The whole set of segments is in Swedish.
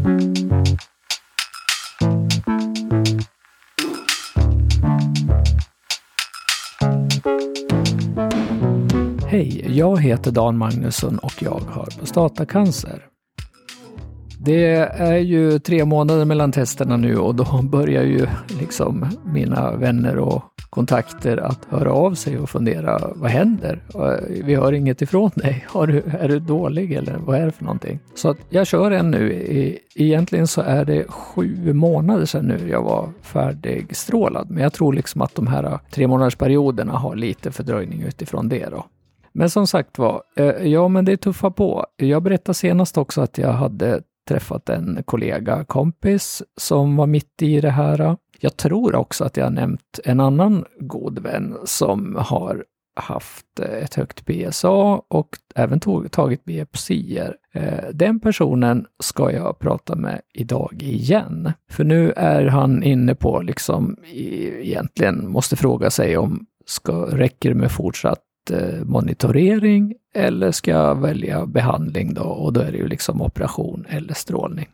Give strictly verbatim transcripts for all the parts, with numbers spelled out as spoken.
Hej, jag heter Dan Magnusson och jag har prostatacancer. Det är ju tre månader mellan testerna nu och då börjar ju liksom mina vänner och kontakter att höra av sig och fundera, vad händer? Vi hör inget ifrån dig. Har du, är du dålig eller vad är det för någonting? Så att jag kör en nu. Egentligen så är det sju månader sedan nu jag var färdigstrålad. Men jag tror liksom att de här tre månaders perioderna har lite fördröjning utifrån det då. Men som sagt var, ja men det är tuffa på. Jag berättade senast också att jag hade träffat en kollega, kompis som var mitt i det här. Jag tror också att jag har nämnt en annan god vän som har haft ett högt P S A och även tog, tagit biopsier. Den personen ska jag prata med idag igen. För nu är han inne på liksom egentligen måste fråga sig om ska räcker det med fortsatt monitorering eller ska jag välja behandling då, och då är det ju liksom operation eller strålning.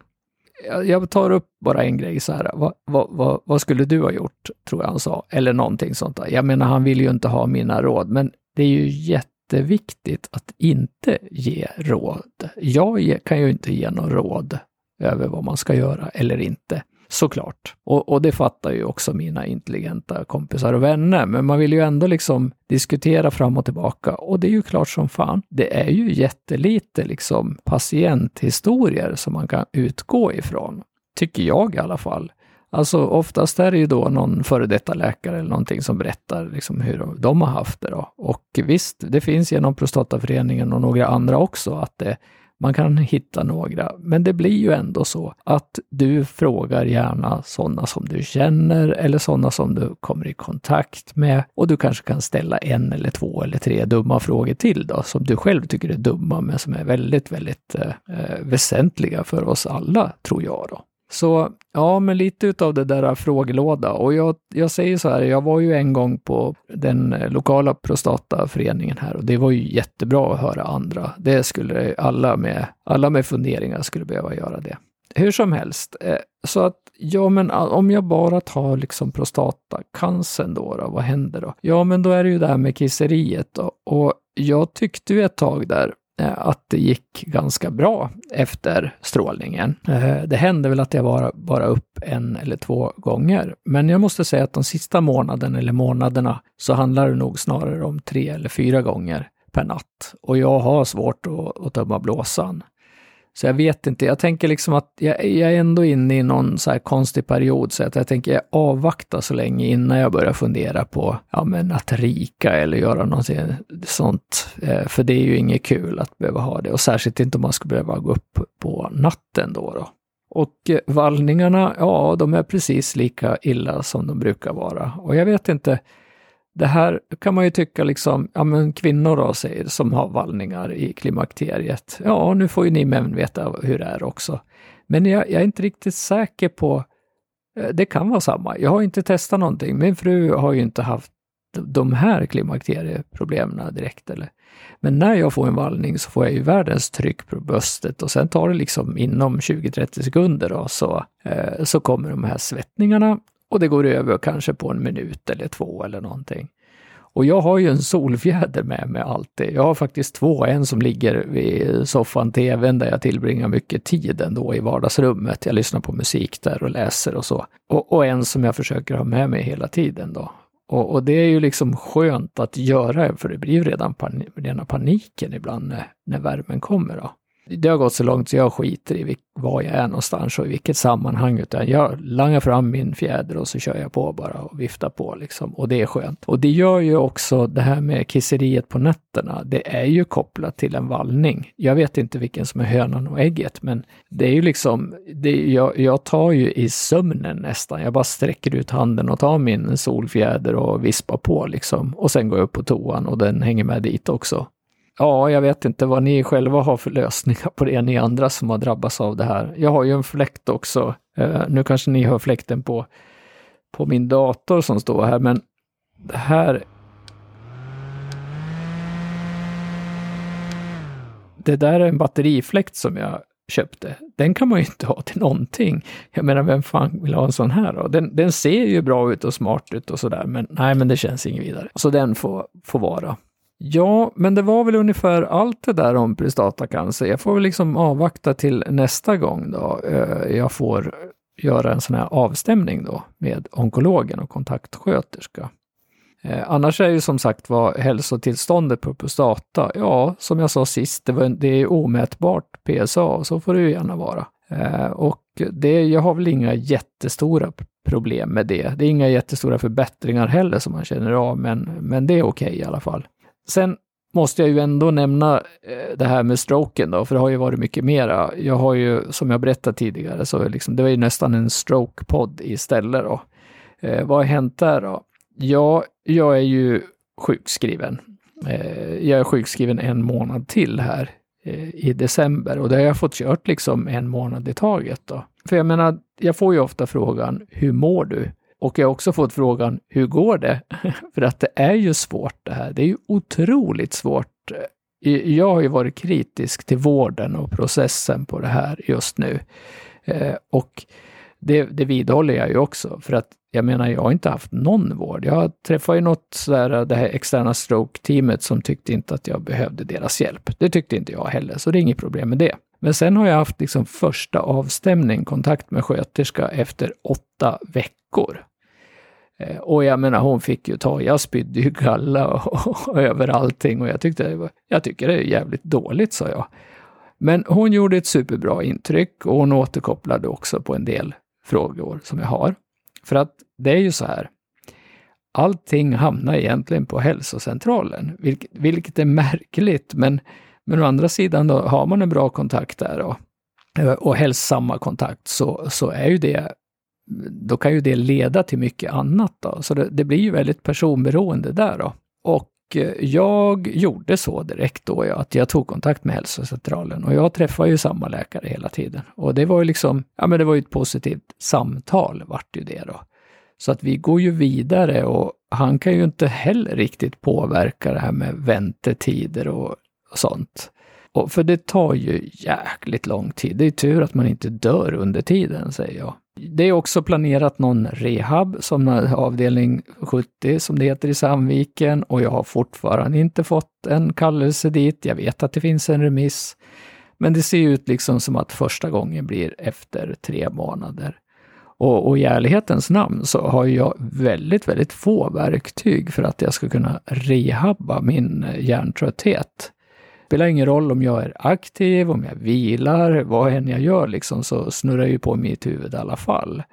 Jag tar upp bara en grej så här, vad, vad, vad, vad skulle du ha gjort, tror jag han sa, eller någonting sånt där. Jag menar, han vill ju inte ha mina råd, men det är ju jätteviktigt att inte ge råd. Jag kan ju inte ge någon råd över vad man ska göra eller inte. Såklart. Och, och det fattar ju också mina intelligenta kompisar och vänner. Men man vill ju ändå liksom diskutera fram och tillbaka. Och det är ju klart som fan. Det är ju jättelite liksom patienthistorier som man kan utgå ifrån. Tycker jag i alla fall. Alltså oftast är det ju då någon före detta läkare eller någonting som berättar liksom hur de, de har haft det då. Och visst, det finns genom Prostataföreningen och några andra också att det man kan hitta några, men det blir ju ändå så att du frågar gärna sådana som du känner eller sådana som du kommer i kontakt med, och du kanske kan ställa en eller två eller tre dumma frågor till då som du själv tycker är dumma men som är väldigt, väldigt eh, väsentliga för oss alla, tror jag då. Så ja, men lite utav det där frågelåda. Och jag, jag säger så här, jag var ju en gång på den lokala prostataföreningen här och det var ju jättebra att höra andra. Det skulle alla med, alla med funderingar skulle behöva göra det. Hur som helst, så att ja men om jag bara tar liksom prostatacancern då, då, vad händer då? Ja men då är det ju det här med kisseriet då. Och jag tyckte ju ett tag där att det gick ganska bra efter strålningen. Det hände väl att jag var bara upp en eller två gånger. Men jag måste säga att de sista månaden eller månaderna så handlar det nog snarare om tre eller fyra gånger per natt. Och jag har svårt att, att tömma blåsan. Så jag vet inte, jag tänker liksom att jag, jag är ändå inne i någon så här konstig period så att jag tänker jag avvakta så länge innan jag börjar fundera på ja, men att rika eller göra något sånt. För det är ju inget kul att behöva ha det och särskilt inte om man ska behöva gå upp på natten då då. Och vallningarna, ja de är precis lika illa som de brukar vara. Och jag vet inte, det här kan man ju tycka liksom, ja men kvinnor då säger som har vallningar i klimakteriet. Ja, nu får ju ni män veta hur det är också. Men jag, jag är inte riktigt säker på, det kan vara samma. Jag har inte testat någonting. Min fru har ju inte haft de här klimakterieproblemen direkt. Eller. Men när jag får en vallning så får jag ju världens tryck på bröstet och sen tar det liksom inom tjugo till trettio sekunder då, så, eh, så kommer de här svettningarna. Och det går över kanske på en minut eller två eller någonting. Och jag har ju en solfjäder med mig alltid. Jag har faktiskt två. En som ligger vid soffan, tvn där jag tillbringar mycket tid ändå i vardagsrummet. Jag lyssnar på musik där och läser och så. Och, och en som jag försöker ha med mig hela tiden då. Och, och det är ju liksom skönt att göra, för det blir ju redan pan- rena paniken ibland när, när värmen kommer då. Det har gått så långt så jag skiter i var jag är någonstans och i vilket sammanhang, utan jag langar fram min fjäder och så kör jag på bara och viftar på liksom, och det är skönt. Och det gör ju också det här med kisseriet på nätterna, det är ju kopplat till en vallning. Jag vet inte vilken som är hönan och ägget, men det är ju liksom, det, jag, jag tar ju i sömnen nästan, jag bara sträcker ut handen och tar min solfjäder och vispar på liksom, och sen går jag upp på toan och den hänger med dit också. Ja, jag vet inte vad ni själva har för lösningar på det, ni andra som har drabbats av det här. Jag har ju en fläkt också. Uh, nu kanske ni hör fläkten på, på min dator som står här, men det här... Det där är en batterifläkt som jag köpte, den kan man ju inte ha till någonting. Jag menar, vem fan vill ha en sån här då? Den, den ser ju bra ut och smart ut och sådär, men nej, men det känns inget vidare. Så den får, får vara. Ja, men det var väl ungefär allt det där om prostatacancer. Jag får väl liksom avvakta till nästa gång då. Jag får göra en sån här avstämning då med onkologen och kontaktsköterska. Eh, annars är ju som sagt vad hälsotillståndet på prostata, ja, som jag sa sist, det, var, det är omätbart P S A, och så får det ju gärna vara. Eh, och det, jag har väl inga jättestora problem med det. Det är inga jättestora förbättringar heller som man känner av, men, men det är okej okay i alla fall. Sen måste jag ju ändå nämna eh, det här med stroken då, för det har ju varit mycket mera. Jag har ju, som jag berättade tidigare, så liksom, det var ju nästan en stroke-podd istället då. Eh, vad har hänt där då? Ja, jag är ju sjukskriven. Eh, jag är sjukskriven en månad till här eh, i december, och det har jag fått kört liksom en månad i taget då. För jag menar, jag får ju ofta frågan, hur mår du? Och jag har också fått frågan, hur går det? För att det är ju svårt det här. Det är ju otroligt svårt. Jag har ju varit kritisk till vården och processen på det här just nu. Eh, och det, det vidhåller jag ju också. För att jag menar, jag har inte haft någon vård. Jag träffade ju något sådär, det här externa stroke-teamet som tyckte inte att jag behövde deras hjälp. Det tyckte inte jag heller, så det är inget problem med det. Men sen har jag haft liksom första avstämning, kontakt med sköterska efter åtta veckor. Och jag menar, hon fick ju ta, jag spydde ju galla och, och, och över allting, och jag tyckte det var, jag tycker det är jävligt dåligt, sa jag. Men hon gjorde ett superbra intryck, och hon återkopplade också på en del frågor som jag har. För att det är ju så här, allting hamnar egentligen på hälsocentralen, vilket, vilket är märkligt, men, men å andra sidan då, har man en bra kontakt där då, och helst samma kontakt, så, så är ju det, då kan ju det leda till mycket annat då. Så det, det blir ju väldigt personberoende där då. Och jag gjorde så direkt då, ja, att jag tog kontakt med hälsocentralen, och jag träffade ju samma läkare hela tiden. Och det var ju liksom, ja men det var ju ett positivt samtal, vart ju det då. Så att vi går ju vidare, och han kan ju inte heller riktigt påverka det här med väntetider och, och sånt. Och för det tar ju jäkligt lång tid. Det är tur att man inte dör under tiden, säger jag. Det är också planerat någon rehab som avdelning sjuttio som det heter i Sandviken, och jag har fortfarande inte fått en kallelse dit. Jag vet att det finns en remiss, men det ser ut liksom som att första gången blir efter tre månader. Och, och i ärlighetens namn så har jag väldigt, väldigt få verktyg för att jag ska kunna rehabba min hjärntrötthet. Det spelar ingen roll om jag är aktiv, om jag vilar, vad än jag gör liksom, så snurrar ju på mitt huvud i alla fall.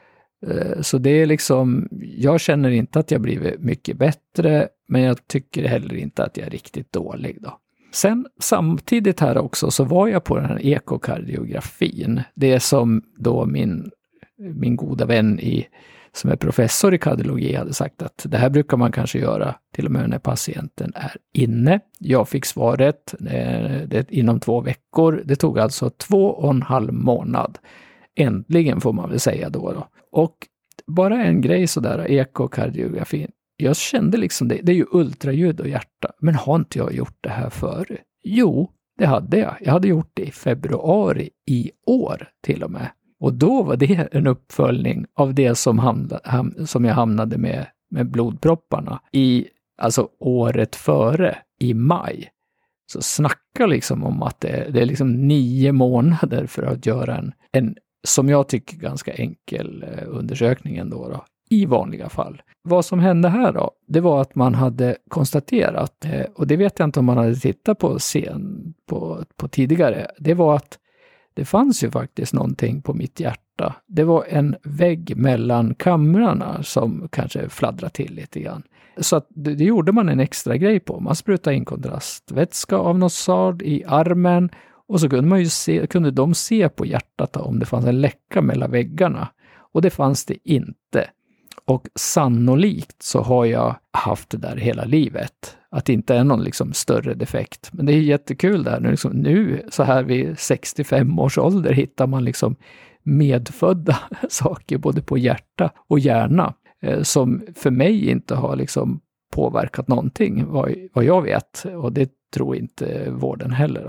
Så det är liksom, jag känner inte att jag blivit mycket bättre, men jag tycker heller inte att jag är riktigt dålig då. Sen samtidigt här också så var jag på den här ekokardiografin. Det som då min, min goda vän i som är professor i kardiologi hade sagt att det här brukar man kanske göra till och med när patienten är inne. Jag fick svaret eh, det, inom två veckor. Det tog alltså två och en halv månad. Äntligen får man väl säga då. då. Och bara en grej sådär, ekokardiografin. Jag kände liksom det, det är ju ultraljud och hjärta. Men har inte jag gjort det här förr? Jo, det hade jag. Jag hade gjort det i februari i år till och med. Och då var det en uppföljning av det som, hamnade, ham, som jag hamnade med, med blodpropparna i, alltså året före, i maj. Så snacka liksom om att det, det är liksom nio månader för att göra en, en, som jag tycker, ganska enkel undersökning ändå då, i vanliga fall. Vad som hände här då, det var att man hade konstaterat, och det vet jag inte om man hade tittat på sen, på, på tidigare, det var att det fanns ju faktiskt någonting på mitt hjärta. Det var en vägg mellan kamrarna som kanske fladdrade till lite grann. Så att det, det gjorde man en extra grej på. Man sprutade in kontrastvätska av något slag i armen, och så kunde man ju se, kunde de se på hjärtat om det fanns en läcka mellan väggarna. Och det fanns det inte. Och sannolikt så har jag haft det där hela livet. Att det inte är någon liksom större defekt. Men det är jättekul där. Nu, liksom, nu så här vid sextiofem års ålder hittar man liksom medfödda saker både på hjärta och hjärna. Eh, som för mig inte har liksom påverkat någonting vad, vad jag vet. Och det tror inte vården heller då.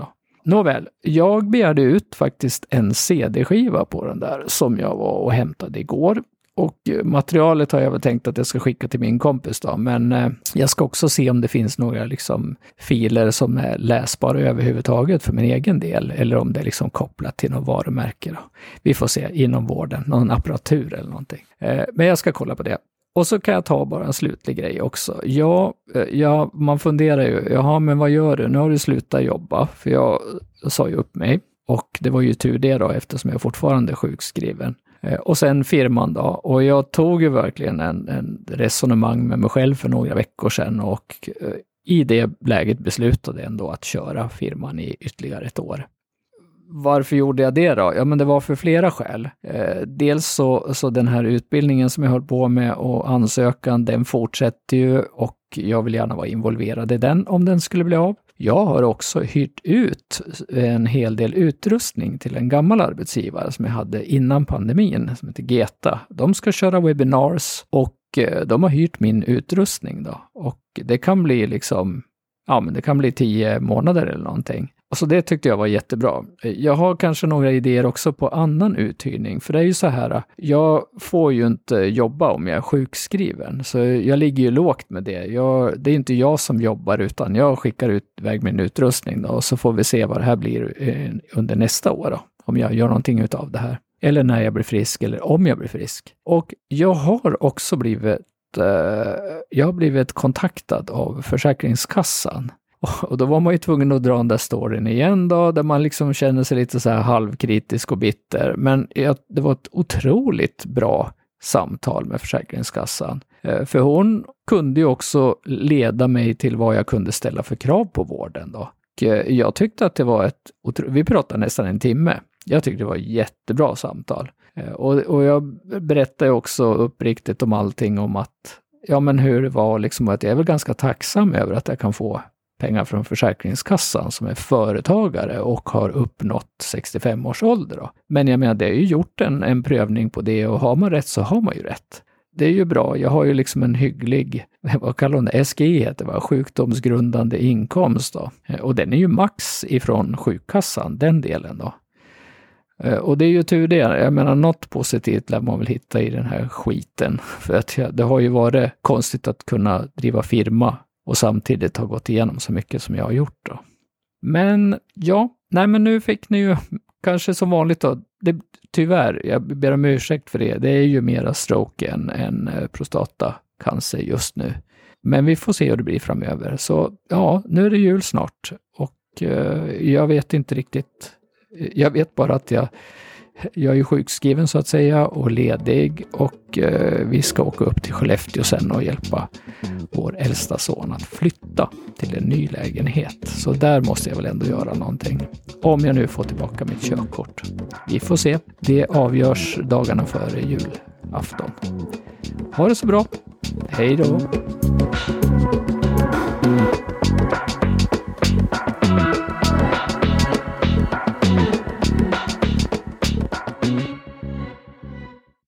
nåväl. Jag begärde ut faktiskt en C D-skiva på den där som jag var och hämtade igår. Och materialet har jag väl tänkt att jag ska skicka till min kompis då. Men eh, jag ska också se om det finns några liksom filer som är läsbara överhuvudtaget för min egen del. Eller om det är liksom kopplat till något varumärke då. Vi får se inom vården, någon apparatur eller någonting. Eh, men jag ska kolla på det. Och så kan jag ta bara en slutlig grej också. Ja, ja, man funderar ju, jaha men vad gör du? Nu har du slutat jobba. För jag, jag sa ju upp mig. Och det var ju tur det då eftersom jag fortfarande är sjukskriven. Och sen firman då. Och jag tog ju verkligen en, en resonemang med mig själv för några veckor sedan. Och eh, i det läget beslutade jag ändå att köra firman i ytterligare ett år. Varför gjorde jag det då? Ja, men det var för flera skäl. Eh, dels så, så den här utbildningen som jag höll på med och ansökan, den fortsätter ju och jag vill gärna vara involverad i den om den skulle bli av. Jag har också hyrt ut en hel del utrustning till en gammal arbetsgivare som jag hade innan pandemin som heter Geta. De ska köra webinars och de har hyrt min utrustning då. Och det kan bli liksom, ja men det kan bli tio månader eller någonting. Och så det tyckte jag var jättebra. Jag har kanske några idéer också på annan uthyrning. För det är ju så här, jag får ju inte jobba om jag är sjukskriven. Så jag ligger ju lågt med det. Jag, det är inte jag som jobbar utan jag skickar ut iväg min utrustning då. Och så får vi se vad det här blir under nästa år då. Om jag gör någonting utav det här. Eller när jag blir frisk eller om jag blir frisk. Och jag har också blivit, eh, jag har blivit kontaktad av Försäkringskassan. Och då var man ju tvungen att dra den där storyn igen då, där man liksom känner sig lite så här halvkritisk och bitter. Men det var ett otroligt bra samtal med Försäkringskassan. För hon kunde ju också leda mig till vad jag kunde ställa för krav på vården då. Och jag tyckte att det var ett, vi pratade nästan en timme. Jag tyckte det var ett jättebra samtal. Och, och jag berättade också uppriktigt om allting om att, ja men hur det var liksom, att jag är väl ganska tacksam över att jag kan få pengar från Försäkringskassan som är företagare och har uppnått sextiofem års ålder då. Men jag menar, det är ju gjort en, en prövning på det och har man rätt så har man ju rätt. Det är ju bra, jag har ju liksom en hygglig, vad kallar hon det, S G I heter det, sjukdomsgrundande inkomst då. Och den är ju max ifrån sjukkassan, den delen då. Och det är ju tur det, jag menar något positivt lär man väl hitta i den här skiten. För att det har ju varit konstigt att kunna driva firma och samtidigt har gått igenom så mycket som jag har gjort då. Men ja, nej men nu fick ni ju kanske som vanligt då, det, tyvärr, jag ber om ursäkt för det, det är ju mera stroke än, än prostatacancer just nu. Men vi får se hur det blir framöver. Så ja, nu är det jul snart och eh, jag vet inte riktigt, jag vet bara att jag Jag är sjukskriven så att säga och ledig och eh, vi ska åka upp till Skellefteå sen och hjälpa vår äldsta son att flytta till en ny lägenhet. Så där måste jag väl ändå göra någonting. Om jag nu får tillbaka mitt körkort. Vi får se. Det avgörs dagarna före julafton. Ha det så bra. Hej då!